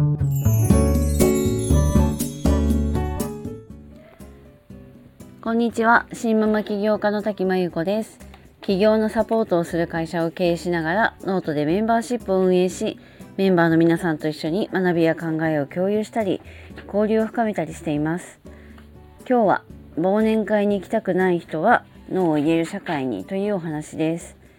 こんにちは。新ママ起業家の滝真由子です。起業のサポートをする会社を経営しながら、ノートでメンバーシップを運営し、メンバーの皆さんと一緒に学びや考えを共有したり、交流を深めたりしています。今日は忘年会に行きたくない人はノーを言える社会にというお話です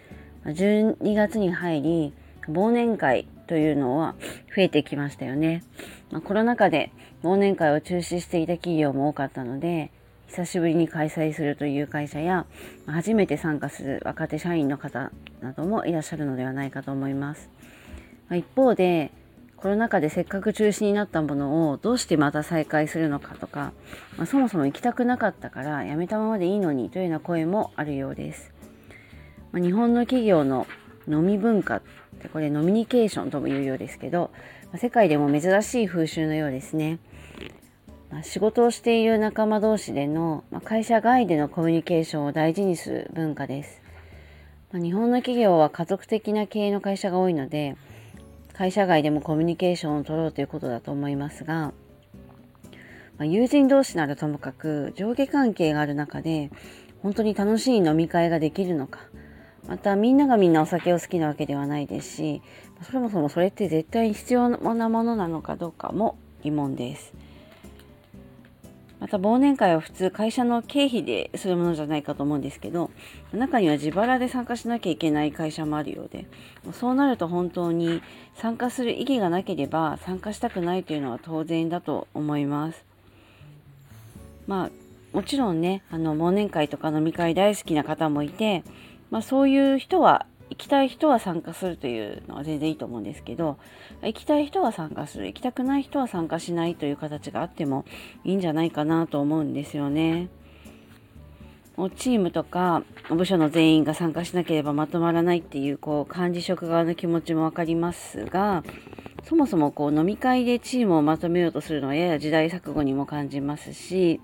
。12月に入り、忘年会というのは増えてきましたよね。コロナ禍で忘年会を中止していた企業も多かったので、久しぶりに開催するという会社や、初めて参加する若手社員の方などもいらっしゃるのではないかと思います。一方で、コロナ禍でせっかく中止になったものをどうしてまた再開するのかとか、そもそも行きたくなかったからやめたままでいいのにというような声もあるようです。日本の企業の飲み文化ってこれノミニケーションとも言うようですけど、世界でも珍しい風習のようですね。仕事をしている仲間同士での会社外でのコミュニケーションを大事にする文化です。日本の企業は家族的な経営の会社が多いので、会社外でもコミュニケーションを取ろうということだと思いますが、友人同士ならともかく上下関係がある中で本当に楽しい飲み会ができるのか、またみんながみんなお酒を好きなわけではないですし、そもそもそれって絶対に必要なものなのかどうかも疑問です。また忘年会は普通会社の経費でするものじゃないかと思うんですけど、中には自腹で参加しなきゃいけない会社もあるようで、そうなると本当に参加する意義がなければ参加したくないというのは当然だと思います。もちろんね、忘年会とか飲み会大好きな方もいて、そういう人は行きたい人は参加するというのは全然いいと思うんですけど、行きたい人は参加する、行きたくない人は参加しないという形があってもいいんじゃないかなと思うんですよね。チームとか部署の全員が参加しなければまとまらないっていう管理職側の気持ちもわかりますが、そもそも飲み会でチームをまとめようとするのはやや時代錯誤にも感じますし、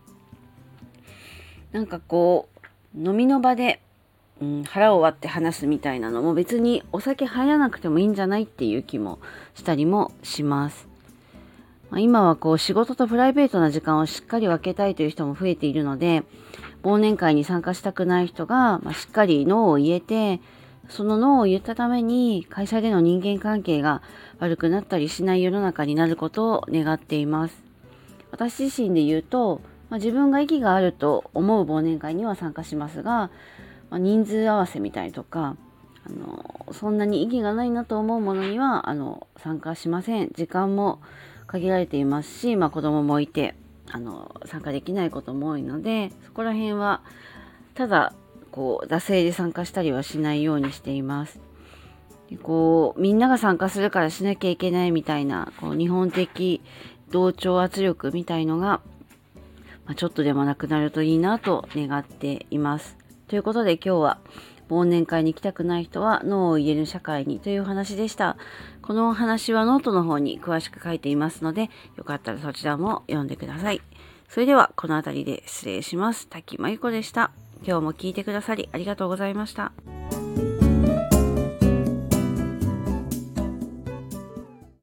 飲みの場で腹を割って話すみたいなのも別にお酒入らなくてもいいんじゃないっていう気もしたりもします。今は仕事とプライベートな時間をしっかり分けたいという人も増えているので、忘年会に参加したくない人が、しっかりノーを言えて、そのノーを言ったために会社での人間関係が悪くなったりしない世の中になることを願っています。私自身で言うと、自分が意義があると思う忘年会には参加しますが、人数合わせみたいとか、そんなに意義がないなと思うものには参加しません。時間も限られていますし、子供もいて参加できないことも多いので、そこら辺はただ惰性で参加したりはしないようにしています。みんなが参加するからしなきゃいけないみたいな日本的同調圧力みたいのが、ちょっとでもなくなるといいなと願っています。ということで今日は忘年会に行きたくない人はノーを言える社会にというお話でした。このお話はノートの方に詳しく書いていますので、よかったらそちらも読んでください。それではこの辺りで失礼します。滝真由子でした。今日も聞いてくださりありがとうございました。